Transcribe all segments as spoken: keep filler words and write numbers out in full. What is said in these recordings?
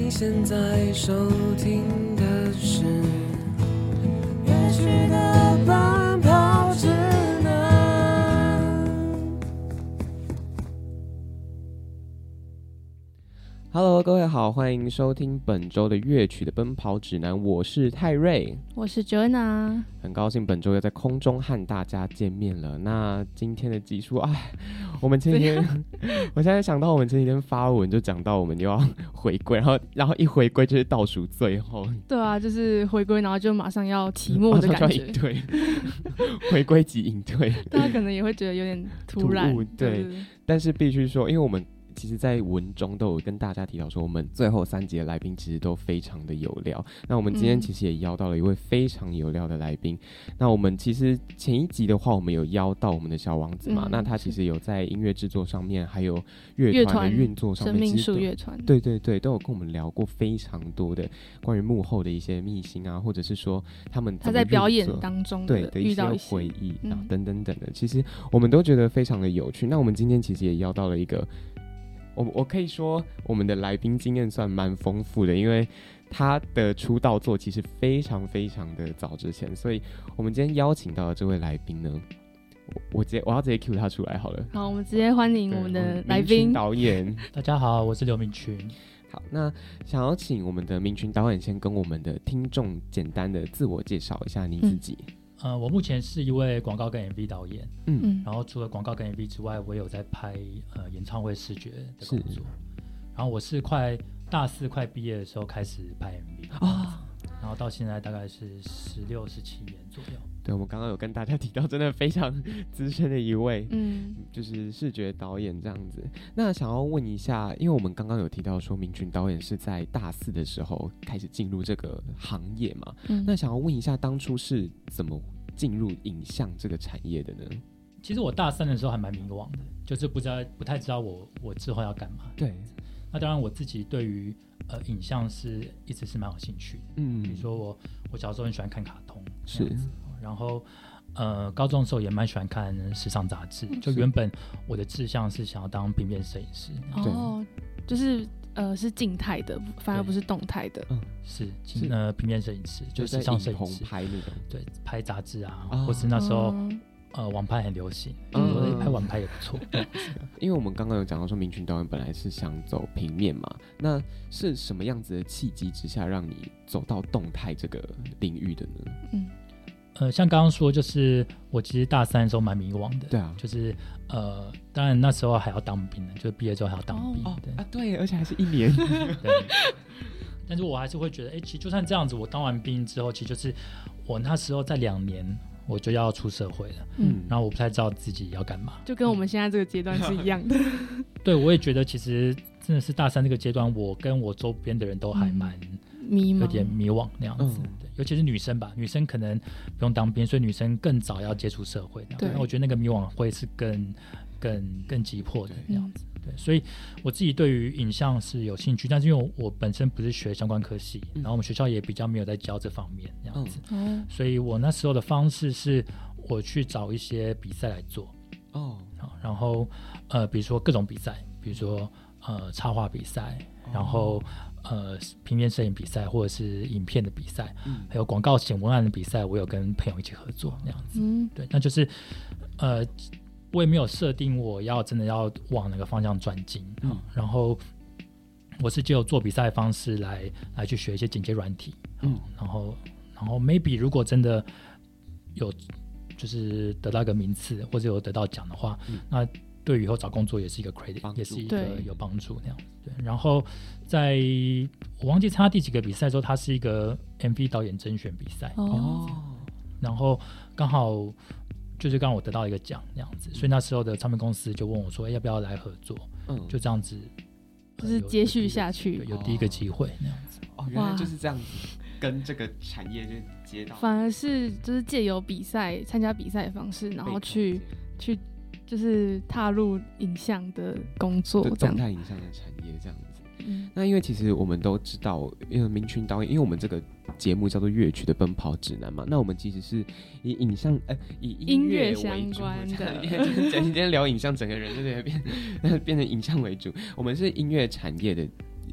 你现在收听的是乐曲的奔跑指南。Hello， 各位好，欢迎收听本周的乐曲的奔跑指南，我是泰瑞， 我是 Joanna， 很高兴本周又在空中和大家见面了。那今天的集数，哎，我们前几天，我现在想到我们前几天发文就讲到我们又要回归，然后然后一回归就是倒数最后， 对啊，就是回归，然后就马上要期末的感觉， 马上就要隐退，回归即隐退， 大家可能也会觉得有点突然， 突兀，对，对，但是必须说，因为我们。其实在文中都有跟大家提到说，我们最后三集的来宾其实都非常的有料。那我们今天其实也邀到了一位非常有料的来宾、嗯、那我们其实前一集的话我们有邀到我们的小王子嘛、嗯、那他其实有在音乐制作上面还有乐团的运作上面， 生命树乐团， 对对对，都有跟我们聊过非常多的关于幕后的一些秘辛啊，或者是说他们他在表演当中的对的一些回忆、嗯、啊等等等的，其实我们都觉得非常的有趣。那我们今天其实也邀到了一个我, 我可以说我们的来宾经验算蛮丰富的，因为他的出道作其实非常非常的早之前，所以我们今天邀请到的这位来宾呢， 我, 我, 直接我要直接 cue 他出来好了。 好，我们直接欢迎我们的来宾导演。 大家好，我是刘明群。 好，那想要请我们的明群导演先跟我们的听众简单的自我介绍一下你自己。 嗯呃，我目前是一位广告跟 M V 导演，嗯，然后除了广告跟 M V 之外，我也有在拍呃演唱会视觉的工作。然后我是快大四快毕业的时候开始拍 M V 啊、哦，然后到现在大概是十六、十七年左右。 对，我们刚刚有跟大家提到，真的非常资深的一位，嗯，就是视觉导演这样子。那想要问一下，因为我们刚刚有提到说，明群导演是在大四的时候开始进入这个行业嘛？嗯，那想要问一下，当初是怎么进入影像这个产业的呢？ 其实我大三的时候还蛮迷惘的，就是不知道不太知道我我之后要干嘛。 对， 那当然我自己对于呃影像是一直是蛮有兴趣的。嗯，比如说我我小时候很喜欢看卡通， 是， 然后呃高中的时候也蛮喜欢看时尚杂志。就原本我的志向是想要当平面摄影师。 哦，就是呃是静态的，反而不是动态的。嗯， 是是呃平面摄影师，就时尚摄影师拍那种， 对，拍杂志啊，哦、或是那时候、哦、呃网拍很流行，就觉得拍网拍也不错。 因为我们刚刚有讲到说，明群导演本来是想走平面嘛，那是什么样子的契机之下让你走到动态这个领域的呢？嗯。 呃，像刚刚说，就是我其实大三的时候蛮迷惘的， 对啊， 就是呃，当然那时候还要当兵呢，就是毕业之后还要当兵， 哦对、 哦、啊，对，而且还是一年， 对。但是我还是会觉得，哎、欸，其实就算这样子，我当完兵之后，其实就是我那时候在两年我就要出社会了，嗯，然后我不太知道自己要干嘛， 就跟我们现在这个阶段是一样的。 对，我也觉得其实真的是大三这个阶段，我跟我周边的人都还蛮。嗯迷茫， 有点迷惘那样子、嗯，对，尤其是女生吧，女生可能不用当兵，所以女生更早要接触社会。对，我觉得那个迷惘会是更、更、更急迫的那样子。对，所以我自己对于影像是有兴趣，但是因为 我, 我本身不是学相关科系、嗯，然后我们学校也比较没有在教这方面那样子、嗯，所以我那时候的方式是我去找一些比赛来做。哦，然后呃，比如说各种比赛，比如说呃插画比赛，然后。呃，平面摄影比赛或者是影片的比赛、嗯，还有广告写文案的比赛，我有跟朋友一起合作那样子。嗯，对，那就是呃，我也没有设定我要真的要往哪个方向转进、嗯，然后我是借由做比赛的方式来来去学一些剪接软体，嗯，然后然后 maybe 如果真的有就是得到一个名次或者有得到奖的话，嗯、那对以后找工作也是一个 credit， 也是一个有帮助那样。对，然后在我忘记参加第几个比赛之后，它是一个 M V 导演甄选比赛哦，然后刚好就是刚好我得到一个奖那样子，所以那时候的唱片公司就问我说、欸、要不要来合作，嗯，就这样子， 就是接续下去， 有第一个机会那样子。 哦，原来就是这样子。跟这个产业就接到， 反而是就是借由比赛参加比赛的方式，然后去去就是踏入影像的工作， 动态影像的产业这样子。嗯、那因为其实我们都知道，因为明群导演，因为我们这个节目叫做乐曲的奔跑指南嘛，那我们其实是以影像呃以音乐相关的， 今天聊影像，整个人就变变成影像为主。我们是音乐产业的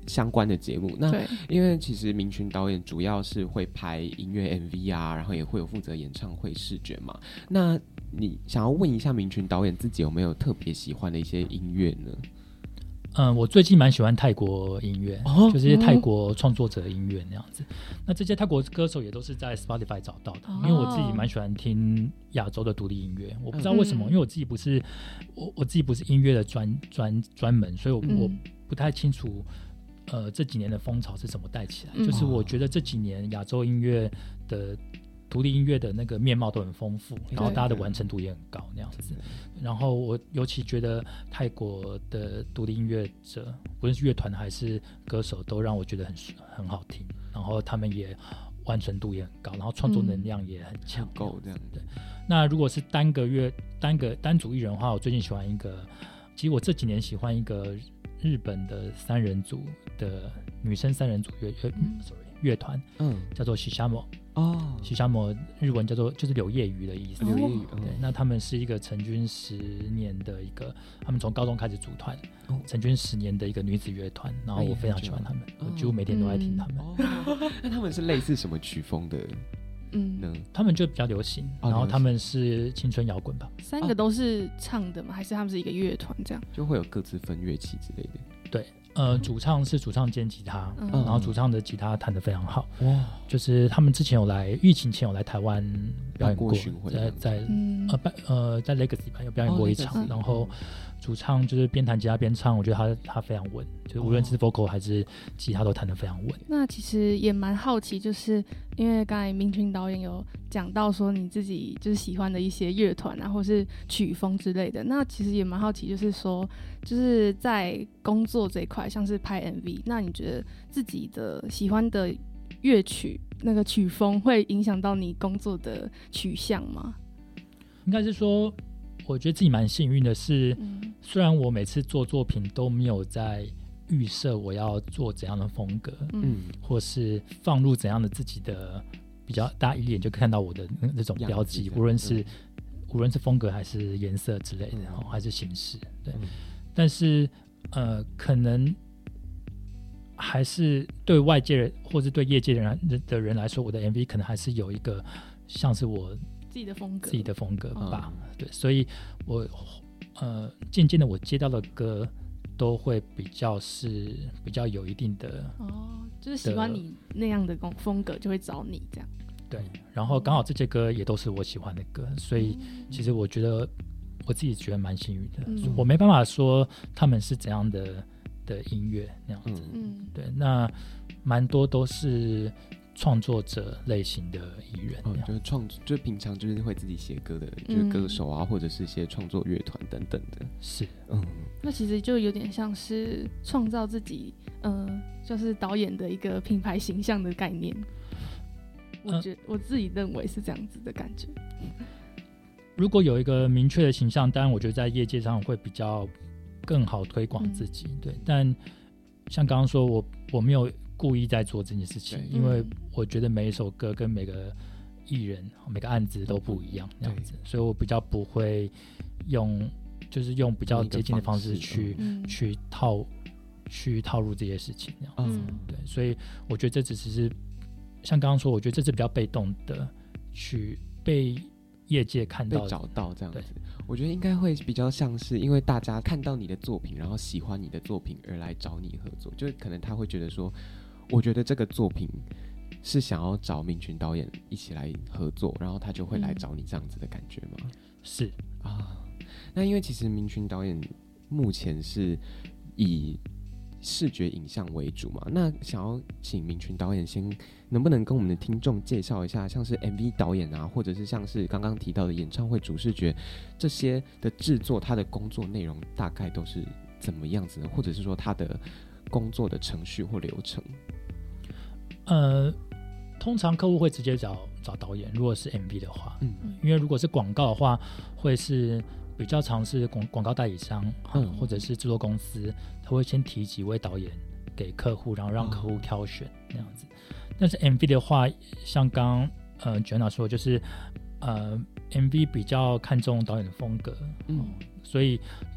相关的节目。那因为其实明群导演主要是会拍音乐 M V 啊，然后也会有负责演唱会视觉嘛。那你想要问一下明群导演自己有没有特别喜欢的一些音乐呢？ 嗯，我最近蛮喜欢泰国音乐，哦、就是泰国创作者的音乐那样子。那这些泰国歌手也都是在 Spotify 找到的，哦、因为我自己蛮喜欢听亚洲的独立音乐。我不知道为什么，嗯、因为我自己不是我我自己不是音乐的专专专门，所以我、嗯、我不太清楚，呃，这几年的风潮是怎么带起来。嗯、就是我觉得这几年亚洲音乐的独立音乐的那个面貌都很丰富，然后大家的完成度也很高那样子。然后我尤其觉得泰国的独立音乐者，不论是乐团还是歌手，都让我觉得很很好听。然后他们也完成度也很高，然后创作能量也很强， 够、嗯、这样。 对。那如果是单个乐单个单组艺人的话，我最近喜欢一个，其实我这几年喜欢一个日本的三人组的女生三人组乐乐、嗯、sorry 乐团，嗯，叫做喜沙摩。哦，喜沙摩日文叫做就是柳叶鱼的意思。柳叶鱼，对，那他们是一个成军十年的一个，他们从高中开始组团，哦、成军十年的一个女子乐团。然后我非常喜欢他们，哎、我几乎每天都在听他们。 嗯哦、那他们是类似什么曲风的？ 嗯，他们就比较流行，哦、然后他们是青春摇滚吧。 三个都是唱的吗？还是他们是一个乐团这样？ 就会有各自分乐器之类的。 对。呃，主唱是主唱兼吉他，嗯、然后主唱的吉他弹得非常好。哇！就是他们之前有来，疫情前有来台湾表演过，过在在、嗯、呃呃在 Legacy 吧有表演过一场，哦、然后主唱就是边弹吉他边唱，我觉得他他非常稳，就是无论是 vocal 还是吉他都弹得非常稳。 那其实也蛮好奇，就是因为刚才明群导演有讲到说你自己就是喜欢的一些乐团啊，或是曲风之类的，那其实也蛮好奇，就是说就是在工作这一块，像是拍 M V， 那你觉得自己的喜欢的乐曲那个曲风会影响到你工作的取向吗？ 应该是说我觉得自己蛮幸运的是、嗯、虽然我每次做作品都没有在预设我要做怎样的风格，嗯，或是放入怎样的自己的比较大家一眼就看到我的那种标记，无论是、嗯、无论是风格还是颜色之类的、嗯、还是形式，对、嗯、但是呃可能还是对外界人或是对业界的 人, 的人来说，我的 M V 可能还是有一个像是我自己的风格， 自己的风格吧。嗯、对，所以我呃渐渐的我接到的歌都会比较是比较有一定的哦，就是喜欢你那样的风格就会找你这样。 对，然后刚好这些歌也都是我喜欢的歌，所以其实我觉得我自己觉得蛮幸运的、嗯。我没办法说他们是怎样的的音乐那样子，嗯，对，那蛮多都是创作者类型的艺人， 哦、就是创，就是平常就是会自己写歌的，嗯、就是歌手啊，或者是一些创作乐团等等的。 是， 嗯，那其实就有点像是创造自己，嗯、呃，就是导演的一个品牌形象的概念。我觉得、呃、我自己认为是这样子的感觉。 如果有一个明确的形象，当然我觉得在业界上会比较更好推广自己，嗯、对。但像刚刚说，我我没有故意在做这件事情，因为我觉得每一首歌跟每个艺人、每个案子都不一样，这样子，所以我比较不会用，就是用比较接近的方式去、嗯、去套去套入这些事情，这样子，嗯、对。所以我觉得这只是像刚刚说，我觉得这是比较被动的去被业界看到、 被找到这样子。我觉得应该会比较像是因为大家看到你的作品，然后喜欢你的作品而来找你合作，就可能他会觉得说，我觉得这个作品是想要找明群导演一起来合作，然后他就会来找你这样子的感觉吗？嗯、 是啊，那因为其实明群导演目前是以视觉影像为主嘛，那想要请明群导演先能不能跟我们的听众介绍一下，像是 M V 导演啊，或者是像是刚刚提到的演唱会主视觉这些的制作，他的工作内容大概都是怎么样子呢？或者是说他的工作的程序或流程？ 呃，通常客户会直接找找导演，如果是 M V 的话，嗯，因为如果是广告的话，会是比较常是广广告代理商、嗯、或者是制作公司，他会先提几位导演给客户，然后让客户挑选那样子。但是 M V 的话，像刚刚呃 Joanna 说，就是呃 M V 比较看重导演的风格，嗯，所以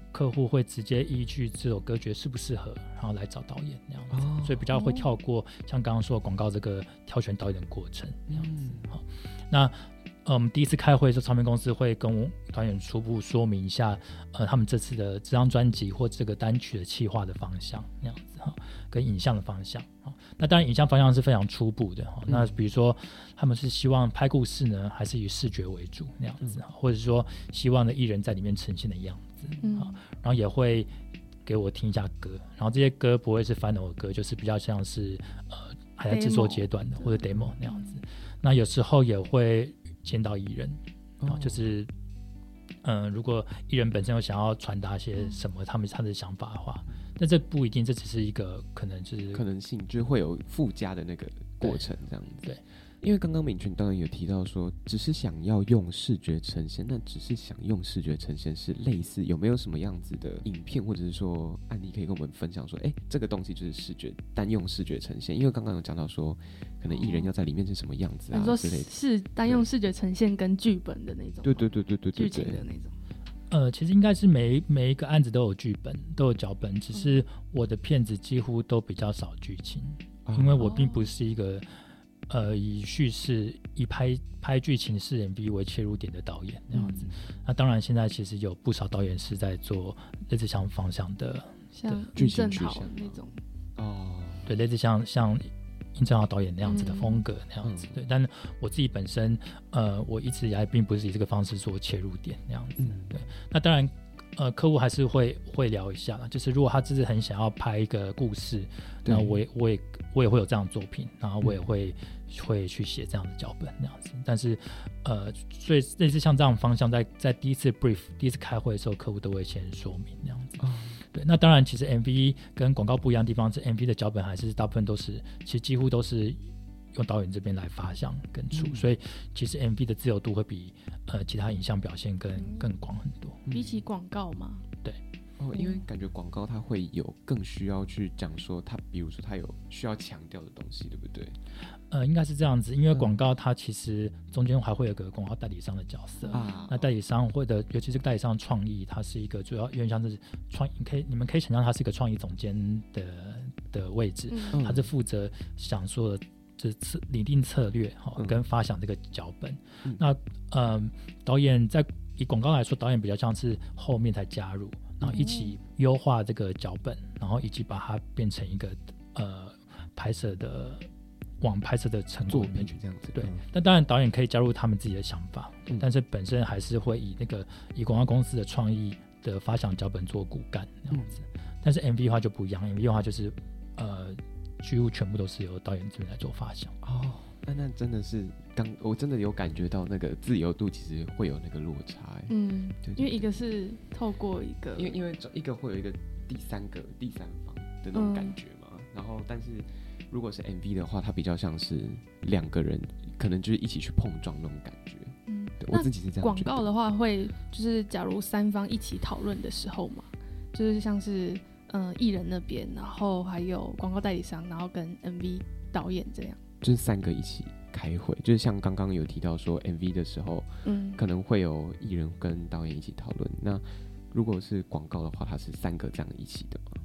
客户会直接依据这首歌觉得适不适合，然后来找导演那样子，哦、所以比较会跳过像刚刚说的广告这个挑选导演的过程那样子。嗯、好，那呃我们第一次开会的时候，唱片公司会跟导演初步说明一下，呃，他们这次的这张专辑或这个单曲的企划的方向那样子哈，跟影像的方向。那当然影像方向是非常初步的、嗯、那比如说他们是希望拍故事呢，还是以视觉为主那样子、嗯、或者说希望的艺人在里面呈现的样子、嗯、然后也会给我听一下歌，然后这些歌不会是 final 的歌，就是比较像是呃还在制作阶段的 demo, 或者 demo 那样子、嗯、那有时候也会见到艺人、哦、就是嗯、呃，如果艺人本身有想要传达些什么他们他的想法的话，但这不一定，这只是一个可能就是可能性，就是会有附加的那个过程这样子。 对， 因为刚刚敏群当然有提到说，只是想要用视觉呈现，那只是想用视觉呈现是类似有没有什么样子的影片或者是说案例可以跟我们分享说，哎，这个东西就是视觉单用视觉呈现，因为刚刚有讲到说，可能艺人要在里面是什么样子啊、哦、之类的， 是单用视觉呈现跟剧本的那种， 对对对对对对， 剧情的那种。 呃，其实应该是每每一个案子都有剧本，都有脚本，只是我的片子几乎都比较少剧情，嗯、因为我并不是一个呃以叙事、以拍拍剧情式 M V 为切入点的导演那样子。嗯、那当然，现在其实有不少导演是在做类似像方向的， 像剧情正好那种哦， 对，类似像像。殷正豪导演那样子的风格那样子、嗯、对，但我自己本身呃，我一直以来并不是以这个方式做切入点那样子、嗯、对。那当然呃，客户还是会会聊一下啦，就是如果他只是很想要拍一个故事，那我也我也我也会有这样的作品，然后我也会、嗯、会去写这样的脚本那样子。但是呃，所以类似像这样的方向，在在第一次 brief 第一次开会的时候，客户都会先说明那样子。哦，对，那当然，其实 M V 跟广告不一样的地方是 M V 的脚本还是大部分都是，其实几乎都是用导演这边来发想跟出、嗯，所以其实 M V 的自由度会比呃其他影像表现更、嗯、更广很多。 比起广告嘛， 对。 哦，因为感觉广告它会有更需要去讲说它，比如说它有需要强调的东西，对不对？ 呃，应该是这样子，因为广告它其实中间还会有个广告代理商的角色啊。那代理商或者尤其是代理商创意，它是一个主要有点像是创，你可以你们可以想象它是一个创意总监的的位置，嗯、他是负责想说的这策拟定策略哈、嗯，跟发想这个脚本。嗯、那呃，导演在以广告来说，导演比较像是后面才加入。然后一起优化这个脚本，然后以及把它变成一个呃拍摄的往拍摄的成果里面去这样子。对，那、嗯、当然导演可以加入他们自己的想法，嗯、但是本身还是会以那个以广告公司的创意的发想脚本做骨干这样子。嗯、但是 M V 的话就不一样 ，M V 的话就是呃几乎全部都是由导演这边来做发想。 哦，那那真的是刚我真的有感觉到那个自由度其实会有那个落差。嗯，对对对， 因为一个是透过一个， 因为因为一个会有一个第三个第三方的那种感觉嘛。嗯、然后，但是如果是 M V 的话，它比较像是两个人可能就是一起去碰撞那种感觉。嗯，对我自己是这样觉得。 广告的话会就是假如三方一起讨论的时候嘛，就是像是嗯艺人那边，然后还有广告代理商，然后跟 M V 导演这样。 就是三个一起开会，就是像刚刚有提到说 M V 的时候，嗯，可能会有艺人跟导演一起讨论。那如果是广告的话，它是三个这样一起的吗？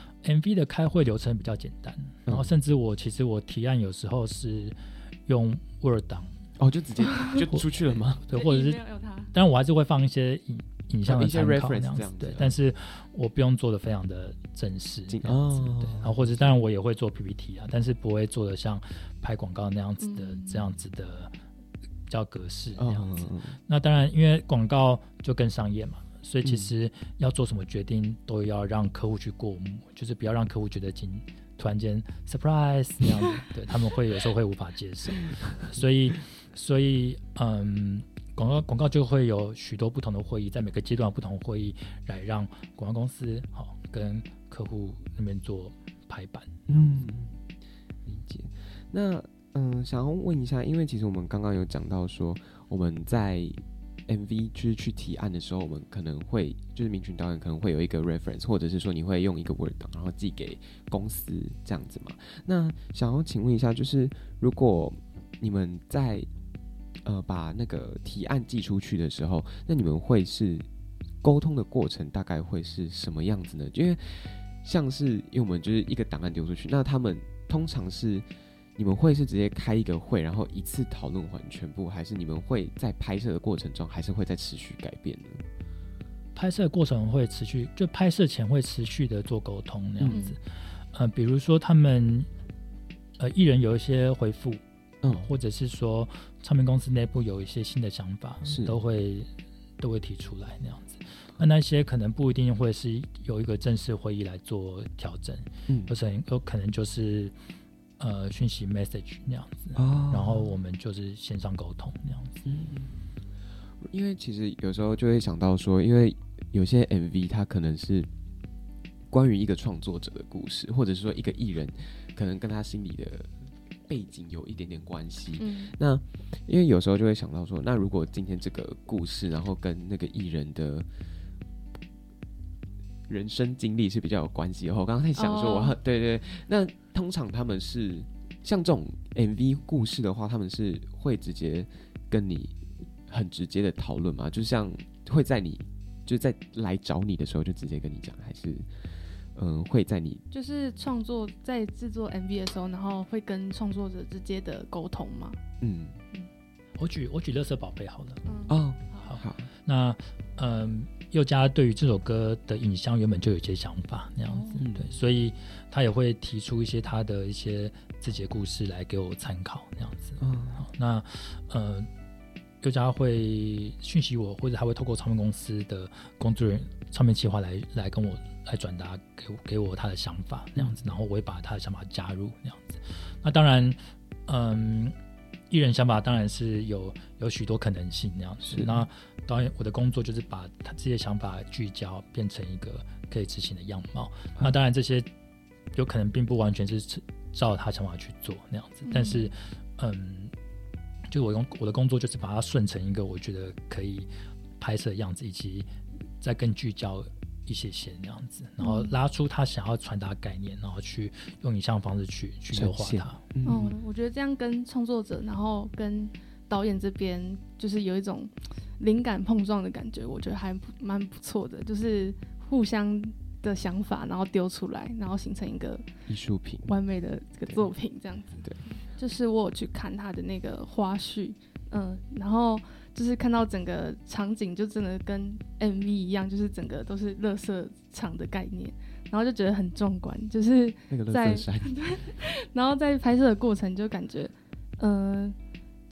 M V 的开会流程比较简单，然后甚至我其实我提案有时候是用 Word 档， 哦，就直接就出去了吗？ 对，或者是，当然我还是会放一些影影像的参考这样子，对，但是我不用做的非常的正式这样子，对，然后或者当然我也会做 P P T 啊，但是不会做的像拍广告那样子的、嗯、这样子的比较格式那样子。嗯、那当然，因为广告就更商业嘛，所以其实要做什么决定都要让客户去过目，就是不要让客户觉得今突然间 surprise 那样子，对，他们会有时候会无法接受，所以所以嗯。广告广告就会有许多不同的会议，在每个阶段不同的会议来让广告公司好跟客户那边做排版。 嗯，理解。那嗯，想要问一下，因为其实我们刚刚有讲到说，我们在 M V 就是去提案的时候，我们可能会就是明群导演可能会有一个 reference， 或者是说你会用一个 Word 档，然后寄给公司这样子嘛？那想要请问一下，就是如果你们在呃，把那个提案寄出去的时候，那你们会是沟通的过程大概会是什么样子呢？因为像是因为我们就是一个档案丢出去，那他们通常是你们会是直接开一个会，然后一次讨论完全部，还是你们会在拍摄的过程中还是会再持续改变呢？ 拍摄的过程会持续，就拍摄前会持续的做沟通那样子。嗯呃，比如说他们呃艺人有一些回复，嗯，或者是说唱片公司内部有一些新的想法，是都会都会提出来那样子。那那些可能不一定会是有一个正式会议来做调整，嗯，有可能有可能就是呃讯息 message 那样子，哦，然后我们就是线上沟通那样子。嗯， 因为其实有时候就会想到说，因为有些 M V 它可能是关于一个创作者的故事，或者是说一个艺人可能跟他心里的背景有一点点关系，嗯，那因为有时候就会想到说，那如果今天这个故事然后跟那个艺人的人生经历是比较有关系的话，我刚刚在想说我，我、oh. 对对，那通常他们是像这种 M V 故事的话，他们是会直接跟你很直接的讨论吗？就像会在你就是在来找你的时候就直接跟你讲，还是嗯会在你就是创作在制作 M V 的时候，然后会跟创作者直接的沟通吗？嗯嗯，我举我举垃圾宝贝好了， 嗯哦好好，那嗯宥嘉对于这首歌的影像原本就有一些想法那样子，嗯，对，所以他也会提出一些他的一些自己的故事来给我参考那样子，嗯，好，那呃。宥嘉会讯息我，或者他会透过唱片公司的工作人员、唱片企划来来跟我来转达给我给我他的想法那样子，然后我会把他的想法加入那样子。那当然，嗯，艺人想法当然是有有许多可能性那样子。那当然，我的工作就是把他这些想法聚焦，变成一个可以执行的样貌。嗯、那当然，这些有可能并不完全是照他想法去做那样子，嗯、但是，嗯。就我用我的工作就是把它顺成一个我觉得可以拍摄的样子，以及再更聚焦一些些那样子，然后拉出他想要传达概念，然后去用影像方式去去优化它。 嗯、哦，我觉得这样跟创作者，然后跟导演这边就是有一种灵感碰撞的感觉，我觉得还蛮不错的，就是互相的想法，然后丢出来，然后形成一个艺术品， 完美的这个作品这样子。 对。 就是我有去看他的那个花絮，嗯，然后就是看到整个场景就真的跟 M V 一样，就是整个都是垃圾场的概念，然后就觉得很壮观，就是在那个垃圾山然后在拍摄的过程就感觉，嗯、呃，就是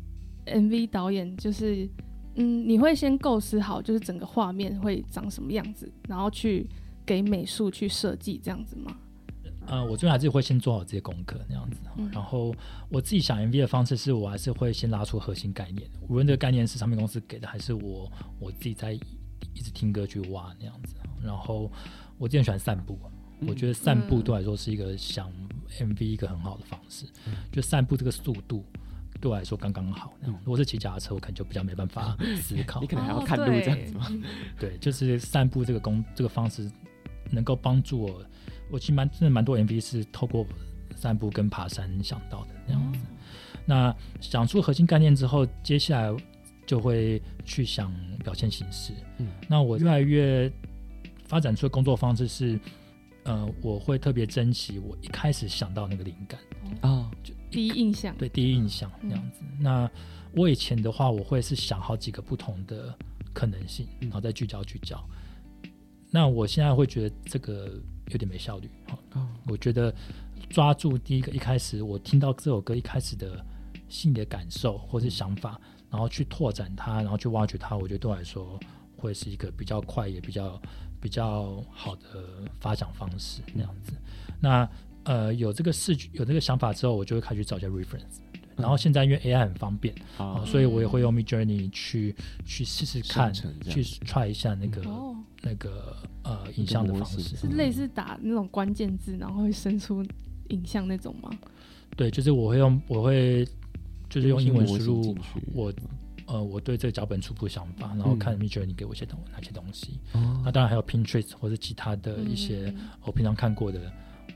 M V 导演就是嗯，你会先构思好就是整个画面会长什么样子，然后去给美术去设计这样子吗？ 呃，我最后还是会先做好这些功课那样子，嗯、然后我自己想 M V 的方式是我还是会先拉出核心概念，无论这个概念是唱片公司给的，还是我我自己在一直听歌去挖那样子。然后我之前喜欢散步，嗯、我觉得散步对我来说是一个想 M V 一个很好的方式，嗯、就散步这个速度对我来说刚刚好。嗯、如果是骑脚踏车，我可能就比较没办法思考， 你可能还要看路这样子吗？ 哦、 对, 对，就是散步这个工这个方式能够帮助我。我其实蛮真的蛮多 M V 是透过散步跟爬山想到的那样子。嗯、那想出核心概念之后，接下来就会去想表现形式。嗯，那我越来越发展出的工作方式是，呃，我会特别珍惜我一开始想到那个灵感啊， 哦、就第一印象。 对，第一印象那样子。嗯、那我以前的话，我会是想好几个不同的可能性，然后再聚焦聚焦。那我现在会觉得这个有点没效率，哦、我觉得抓住第一个一开始我听到这首歌一开始的心理的感受或是想法，然后去拓展它，然后去挖掘它，我觉得对我来说会是一个比较快也比较比较好的发展方式那样子。那呃有这个视觉有这个想法之后，我就会开始找一些 reference。然后现在因为 A I 很方便，嗯呃、所以我也会用 Midjourney 去去试试看，去 try 一下那个、哦、那个呃影像的方式， 是类似打那种关键字，然后会生出影像那种吗？ 对，就是我会用我会就是用英文输入我呃我对这个脚本初步想法，然后看 Midjourney 给我一些东哪些东西。嗯、那当然还有 Pinterest 或者其他的一些我平常看过的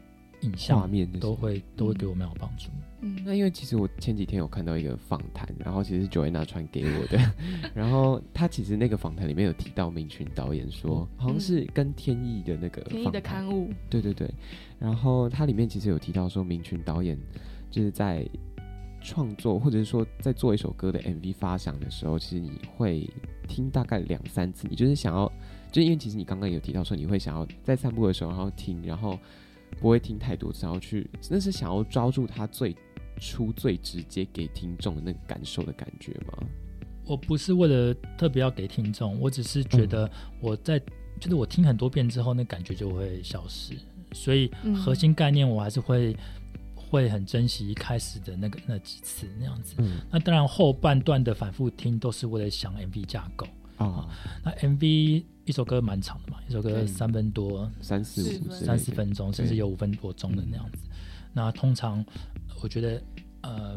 影像画面都会都会给我蛮有帮助。 嗯，那因为其实我前几天有看到一个访谈，然后其实是 Joanna 传给我的，然后他其实那个访谈里面有提到明群导演说，好像是跟天意的那个天意的刊物， 对对对，然后他里面其实有提到说，明群导演就是在创作或者是说在做一首歌的 M V 发想的时候，其实你会听大概两三次，你就是想要，就是因为其实你刚刚有提到说你会想要在散步的时候然后听，然后不会听太多次，然后去那是想要抓住他最初最直接给听众的那个感受的感觉吗？ 我不是为了特别要给听众，我只是觉得我在、嗯、就是我听很多遍之后那感觉就会消失，所以核心概念我还是会、嗯会很珍惜一开始的那个那几次那样子、嗯、那当然后半段的反复听都是为了想 M V 架构、哦、那 M V 一首歌蛮长的嘛，一首歌三分多三四五三四分钟甚至有五分多钟的那样子、嗯、那通常我觉得呃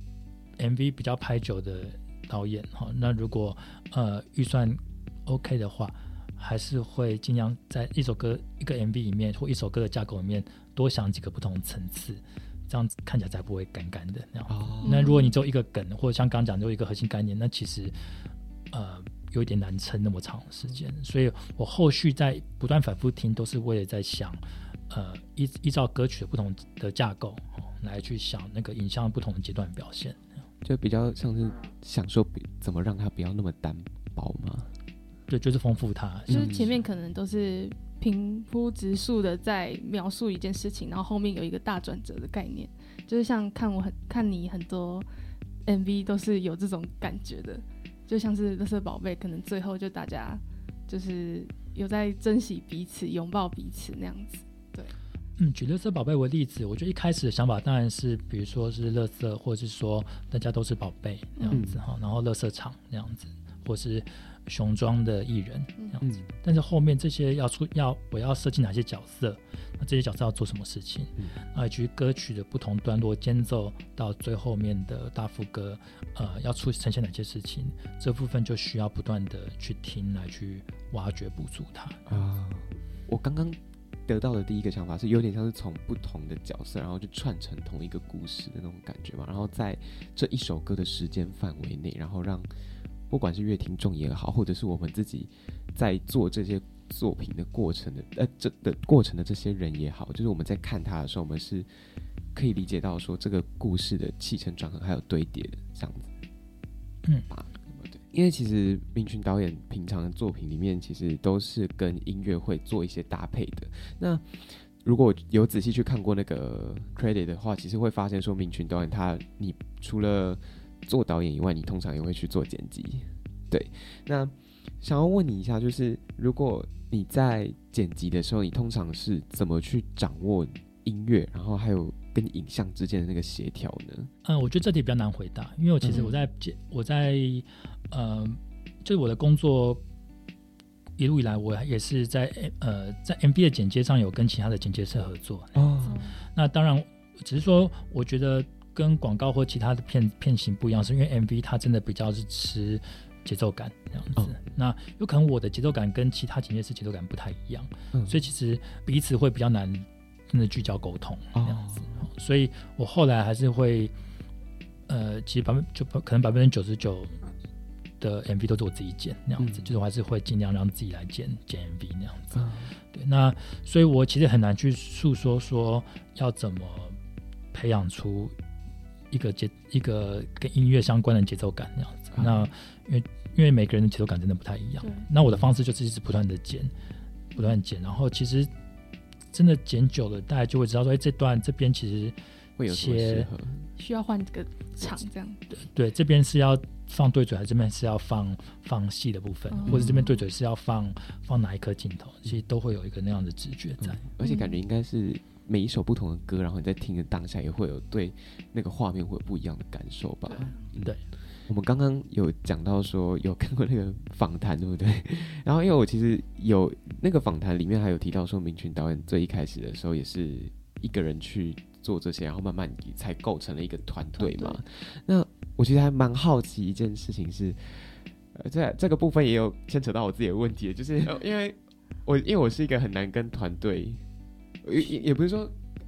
M V 比较拍久的导演、哦、那如果呃预算 OK 的话，还是会尽量在一首歌一个 M V 里面或一首歌的架构里面多想几个不同的层次，这样子看起来才不会干干的那样子、哦、那如果你只有一个梗或者像刚刚讲只有一个核心概念，那其实呃有一点难撑那么长的时间，所以我后续在不断反复听都是为了在想呃 依, 依照歌曲的不同的架构、哦、来去想那个影像不同的阶段表现， 就比较像是享受怎么让它不要那么单薄吗？ 对，就是丰富它， 就是前面可能都是平铺直述的在描述一件事情，然后后面有一个大转折的概念，就是像看我很看你很多 M V 都是有这种感觉的，就像是垃圾宝贝，可能最后就大家就是有在珍惜彼此拥抱彼此那样子。对， 嗯，举垃圾宝贝为例子，我觉得一开始的想法当然是比如说是垃圾，或者是说大家都是宝贝那样子、嗯、然后垃圾场那样子，或是熊装的艺人这样子、嗯、但是后面这些要出要我要设计哪些角色，那这些角色要做什么事情，啊，以及歌曲的不同段落间奏到最后面的大副歌，呃，要出呈现哪些事情，这部分就需要不断的去听来去挖掘补足它啊。我刚刚得到的第一个想法是有点像是从不同的角色然后就串成同一个故事的那种感觉嘛，然后在这一首歌的时间范围内，然后让不管是乐听众也好，或者是我们自己在做这些作品的过程的呃这的过程的这些人也好，就是我们在看它的时候，我们是可以理解到说这个故事的起承转合还有堆叠的这样子。嗯，对，因为其实明群导演平常的作品里面，其实都是跟音乐会做一些搭配的。那如果有仔细去看过那个 credit 的话，其实会发现说明群导演他，你除了做导演以外，你通常也会去做剪辑。对，那想要问你一下，就是如果你在剪辑的时候，你通常是怎么去掌握音乐，然后还有跟影像之间的那个协调呢？ 嗯，我觉得这题比较难回答，因为我其实我在、嗯、我在呃，就是我的工作一路以来，我也是在呃在 M V 的剪接上有跟其他的剪接社合作。哦，那当然，只是说我觉得跟广告或其他的片片型不一样，是因为 M V 它真的比较是吃节奏感这样子、哦、那有可能我的节奏感跟其他剪接师节奏感不太一样、嗯、所以其实彼此会比较难真的聚焦沟通这样子、哦、所以我后来还是会呃，其实百分就可能百分之九十九的 M V 都是我自己剪那样子、嗯、就是我还是会尽量让自己来剪剪 M V 那样子、嗯、对，那所以我其实很难去诉说说要怎么培养出一个节一个跟音乐相关的节奏感那样子、嗯、那因为因为每个人的节奏感真的不太一样，那我的方式就是一直不断的剪不断剪，然后其实真的剪久了大家就会知道说，哎，这段这边其实会有什么适合， 需要换个场这样。 对对，这边是要放对嘴，还是这边是要放放戏的部分、嗯、或者这边对嘴是要放放哪一颗镜头，其实都会有一个那样的直觉在、嗯、 而且感觉应该是每一首不同的歌，然后你在听的当下也会有对那个画面会有不一样的感受吧。 对，对， 我们刚刚有讲到说有看过那个访谈，对不对？然后因为我其实有那个访谈里面还有提到说，明群导演最一开始的时候也是一个人去做这些，然后慢慢才构成了一个团队嘛。那我其实还蛮好奇一件事情是，呃，这这个部分也有牵扯到我自己的问题，就是因为我因为我是一个很难跟团队，也也不是说。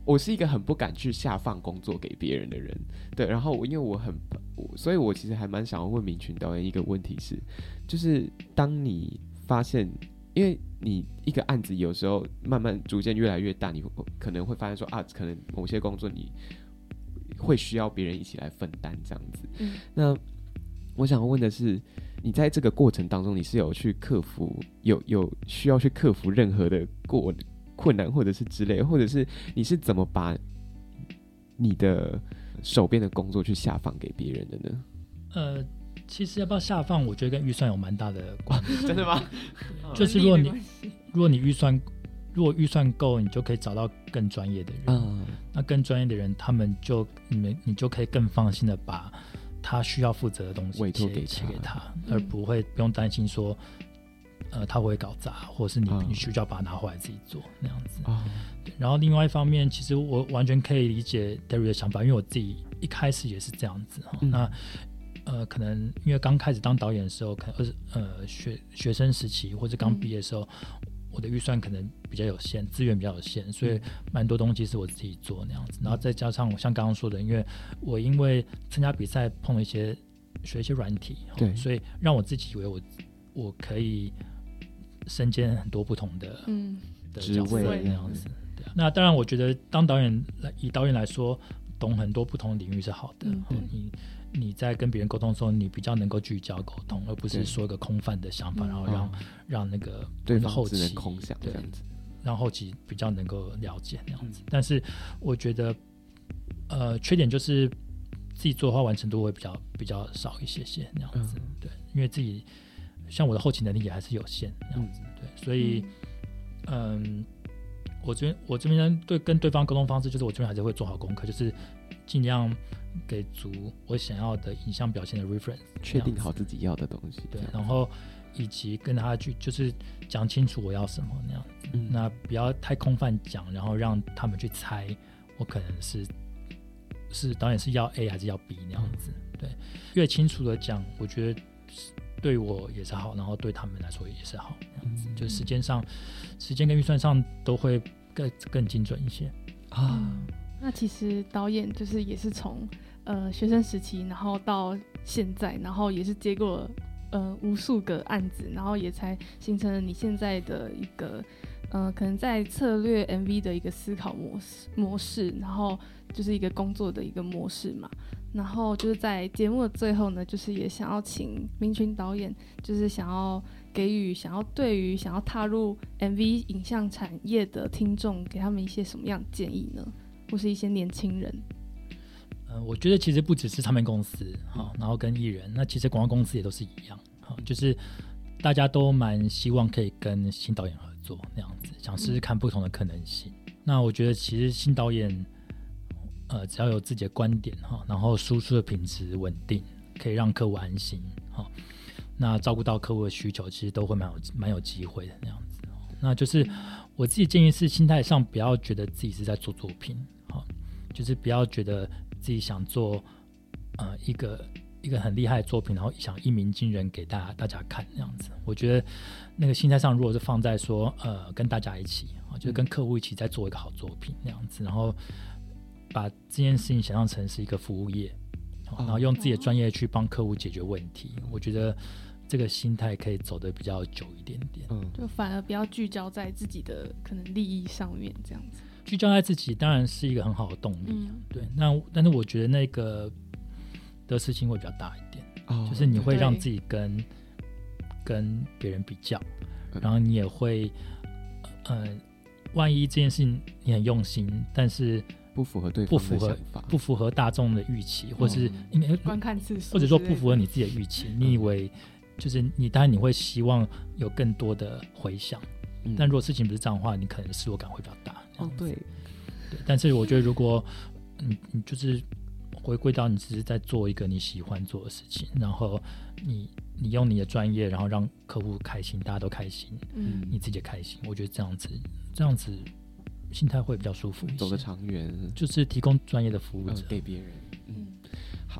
我是一个很不敢去下放工作给别人的人，对。然后我因为我很我，所以我其实还蛮想要问明群导演一个问题是，就是当你发现，因为你一个案子有时候慢慢逐渐越来越大，你可能会发现说啊，可能某些工作你会需要别人一起来分担这样子。嗯，那我想问的是，你在这个过程当中，你是有去克服，有有需要去克服任何的过困难，或者是之类，或者是你是怎么把你的手边的工作去下放给别人的呢？ 呃，其实要不要下放，我觉得跟预算有蛮大的关系。 真的吗？ 就是如果你如果你预算如果预算够，你就可以找到更专业的人。嗯，那更专业的人，他们就你们你就可以更放心的把他需要负责的东西委托给他，给他，而不会不用担心说，呃，他会搞砸，或者是你、嗯、你需要把它拿回来自己做那样子。嗯、对。然后另外一方面，其实我完全可以理解 Derry 的想法，因为我自己一开始也是这样子。嗯、那呃，可能因为刚开始当导演的时候，可能呃学学生时期或者刚毕业的时候。嗯，我的预算可能比较有限，资源比较有限，所以蛮多东西是我自己做那样子。然后再加上我像刚刚说的，因为我因为参加比赛碰了一些学一些软体，对，所以让我自己以为我我可以身兼很多不同的嗯的角色那样子。对啊，那当然我觉得当导演以导演来说，懂很多不同的领域是好的。嗯，你你在跟别人沟通的时候，你比较能够聚焦沟通，而不是说一个空泛的想法，然后让、嗯、让那个对方只能空想这样子， 让后期比较能够了解那样子。嗯、但是我觉得，呃，缺点就是自己做的话完成度会比较比较少一些些那样子。嗯、对，因为自己像我的后期能力也还是有限那样子。嗯、对，所以嗯。嗯我这边我这边对跟对方沟通方式，就是我这边还是会做好功课，就是尽量给足我想要的影像表现的 reference， 确定好自己要的东西。 对，然后以及跟他去就是讲清楚我要什么那样子。嗯、那不要太空泛讲，然后让他们去猜我可能是是导演是要 A 还是要 B 那样子。嗯、对，越清楚的讲，我觉得对我也是好，然后对他们来说也是好。嗯、就是时间上、时间跟预算上都会更更精准一些啊。嗯、那其实导演就是也是从呃学生时期，然后到现在，然后也是接过了呃无数个案子，然后也才形成了你现在的一个呃可能在策略 M V 的一个思考模式模式，然后就是一个工作的一个模式嘛。然后就是在节目的最后呢，就是也想要请明群导演，就是想要给予想要对于想要踏入 M V 影像产业的听众，给他们一些什么样的建议呢？或是一些年轻人？ 呃，我觉得其实不只是唱片公司，哦、然后跟艺人，那其实广告公司也都是一样，哦、就是大家都蛮希望可以跟新导演合作那样子，想试试看不同的可能性。嗯、那我觉得其实新导演。呃，只要有自己的观点哈，然后输出的品质稳定，可以让客户安心哈，那照顾到客户的需求，其实都会蛮有蛮有机会的那样子。那就是我自己建议是，心态上不要觉得自己是在做作品，哈，就是不要觉得自己想做呃一个一个很厉害的作品，然后想一鸣惊人给大家大家看那样子。我觉得那个心态上，如果是放在说呃跟大家一起，就是跟客户一起在做一个好作品那样子，然后。把这件事情想象成是一个服务业，然后用自己的专业去帮客户解决问题，哦、我觉得这个心态可以走得比较久一点点。 嗯，就反而不要聚焦在自己的可能利益上面，这样子。 聚焦在自己当然是一个很好的动力，嗯、对。那但是我觉得那个得失心会比较大一点，哦、就是你会让自己跟跟别人比较，然后你也会，呃，万一这件事情你很用心，但是。 不符合对方的想法， 不符合大众的预期，或是应该观看次数， 或者说不符合你自己的预期。嗯、你以为就是你，当然你会希望有更多的回响，嗯、但如果事情不是这样的话，你可能失落感会比较大。 哦，对， 对。但是我觉得，如果你你就是回归到你只是在做一个你喜欢做的事情，然后你你用你的专业，然后让客户开心，大家都开心，嗯，你自己也开心，我觉得这样子，这样子。心态会比较舒服一些， 走得长远， 就是提供专业的服务者、 呃、给别人。嗯，好，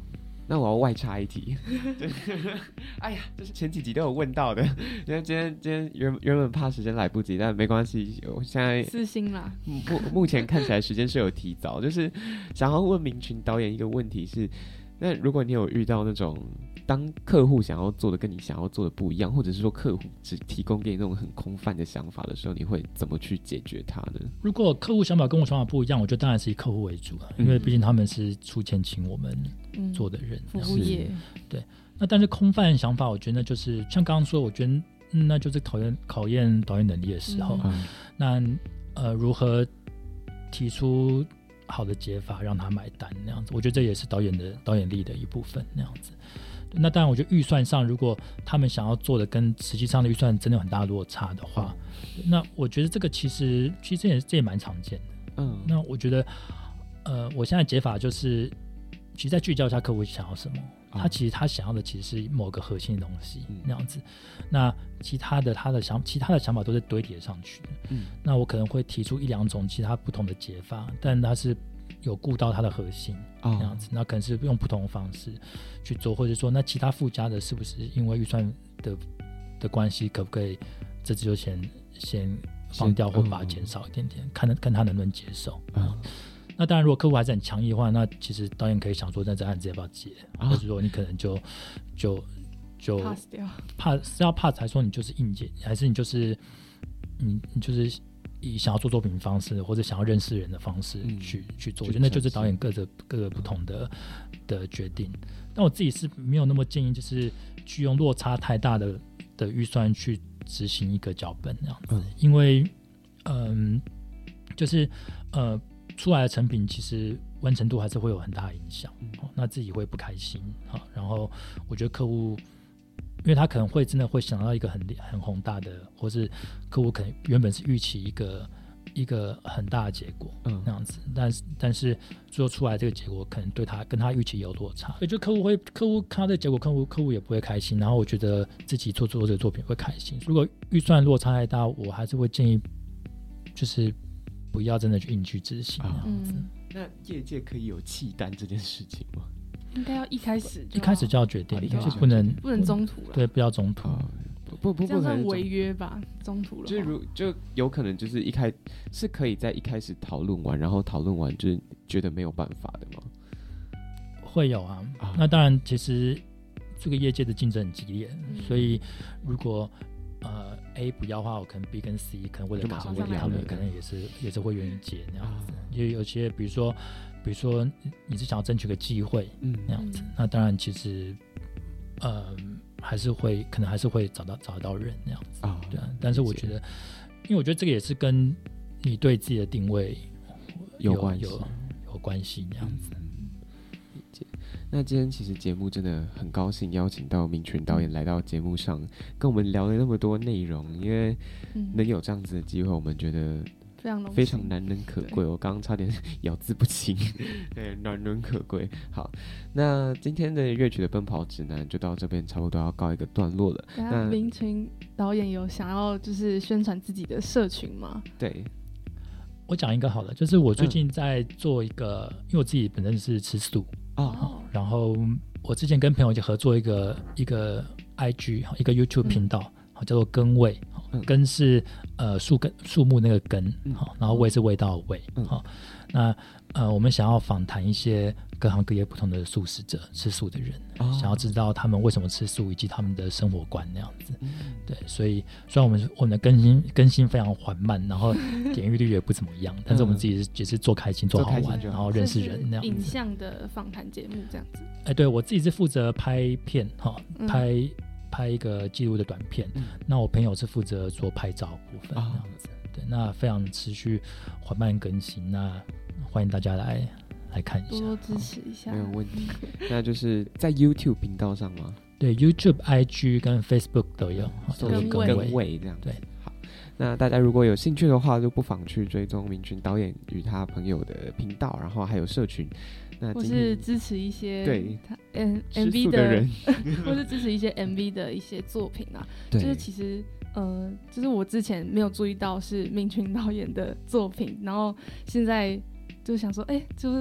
那我要外插一题，哎呀，这是前几集都有问到的，因为今天今天原原本怕时间来不及，但没关系，我现在私心啦。 目目前看起来时间是有提早，就是想要问明群导演一个问题是，那如果你有遇到那种当客户想要做的跟你想要做的不一样，或者是说客户只提供给你那种很空泛的想法的时候，你会怎么去解决它呢？ 如果客户想法跟我想法不一样，我觉得当然是以客户为主了，因为毕竟他们是出钱请我们做的人， 服务业。 对，那但是空泛想法，我觉得那就是像刚刚说，我觉得、嗯、那就是考验考验导演能力的时候。嗯、那呃，如何提出好的解法让他买单那样子，我觉得这也是导演的导演力的一部分那样子。那当然我觉得预算上如果他们想要做的跟实际上的预算真的有很大的落差的话，那我觉得这个其实其实也这也蛮常见的。嗯，那我觉得呃我现在解法就是其实再聚焦一下客户想要什么，他其实他想要的其实是某个核心的东西那样子，那其他的他的想其他的想法都是堆叠上去的。嗯，那我可能会提出一两种其他不同的解法，但他是有顾到它的核心那样子，那可能是用不同的方式去做，或者说那其他附加的是不是因为预算的的关系，可不可以这次就先先放掉或把它减少一点点，看看他能不能接受。嗯，那当然如果客户还是很强硬的话，那其实导演可以想说那这案子要不要接，或者说你可能就就就 pass 掉， 怕是要 pass 还说你就是硬接，还是你就是你你就是以想要做作品的方式，或者想要认识人的方式去、嗯、去做，我觉得那就是导演各个各个不同的的决定。但我自己是没有那么建议，就是去用落差太大的的预算去执行一个脚本那样子，嗯、因为嗯，就是呃出来的成品其实完成度还是会有很大的影响，嗯哦、那自己会不开心啊。然后我觉得客户。因为他可能会真的会想到一个很很宏大的，或是客户可能原本是预期一个一个很大的结果，嗯，那样子，但是但是最后出来这个结果可能对他跟他预期有落差，所以就客户会客户看到这个结果，客户客户也不会开心，然后我觉得自己做做这个作品会开心。如果预算落差太大，我还是会建议就是不要真的去硬去执行那样子。 嗯、那业界可以有契单这件事情吗？ 应该要一开始就一开始就要决定， 就不能不能中途了， 对，不要中途， 啊、不不不， 这样算违约吧？中途了， 就如就有可能就是一开是可以在一开始讨论完，然后讨论完就是觉得没有办法的吗？ 会有啊，啊那当然，其实这个业界的竞争很激烈，嗯、所以如果呃 A 不要的话，我可能 B 跟 C 可能为了卡位，他们可能也是也是会愿意接那样子，因为、啊、有些比如说。比如说你是想要争取个机会，嗯，那样子，那当然其实，呃，还是会可能还是会找到找得到人那样子啊，对啊。但是我觉得，因为我觉得这个也是跟你对自己的定位有有关系， 有有关系那样子。 理解。那今天其实节目真的很高兴邀请到明群导演来到节目上，跟我们聊了那么多内容，因为能有这样子的机会，我们觉得。 非常非常难能可贵，我刚刚差点咬字不清，对，难能可贵。好，那今天的乐曲的奔跑指南就到这边，差不多要告一个段落了。 那明群导演有想要就是宣传自己的社群吗？ 对， 我讲一个好了，就是我最近在做一个，嗯、因为我自己本身是吃素哦，然后我之前跟朋友就合作一个一个 I G 一个 YouTube 频道，嗯、叫做根味。根是呃树根树木那个根，嗯、然后味是味道的味，嗯、那呃我们想要访谈一些各行各业不同的素食者，吃素的人，哦、想要知道他们为什么吃素，以及他们的生活观那样子。嗯、对，所以虽然我们我们的更新更新非常缓慢，然后点阅率也不怎么样，但是我们自己也是做开心做好玩，然后认识人那样子。 影像的访谈节目这样子。 哎，对我自己是负责拍片哈，拍。嗯拍一个记录的短片，嗯、那我朋友是负责做拍照部分，这样子，哦、对，那非常持续缓慢更新，那欢迎大家来来看一下， 多支持一下， 没有问题。那就是在 YouTube 频道上吗？ 对 ，YouTube、I G 跟 Facebook 都有， 都有跟位这样。 对， 好。那大家如果有兴趣的话，就不妨去追踪明群导演与他朋友的频道，然后还有社群。那或是支持一些对他 M V 的人，或是支持一些 M V 的一些作品啊。就是其实呃，就是我之前没有注意到是明群导演的作品，然后现在就想说，哎、欸，就是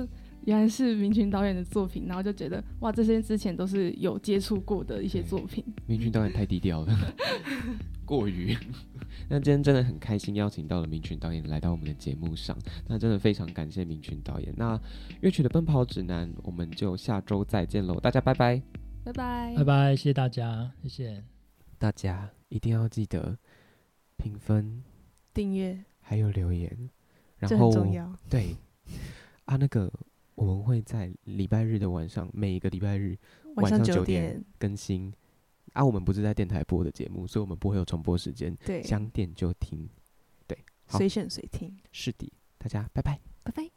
原来是明群导演的作品，然后就觉得哇，这些之前都是有接触过的一些作品。 明群导演太低调了，过于。那今天真的很开心，邀请到了明群导演来到我们的节目上，那真的非常感谢明群导演。那乐曲的奔跑指南，我们就下周再见喽，大家拜拜， 拜拜， 拜拜，谢谢大家，谢谢大家，一定要记得评分、 订阅还有留言，然这后很重要。 对啊，那个我们会在礼拜日的晚上，每一个礼拜日晚上九点更新。啊，我们不是在电台播的节目，所以我们不会有重播时间， 对， 想点就听，对， 随选随听。 是的，大家拜拜， 拜拜。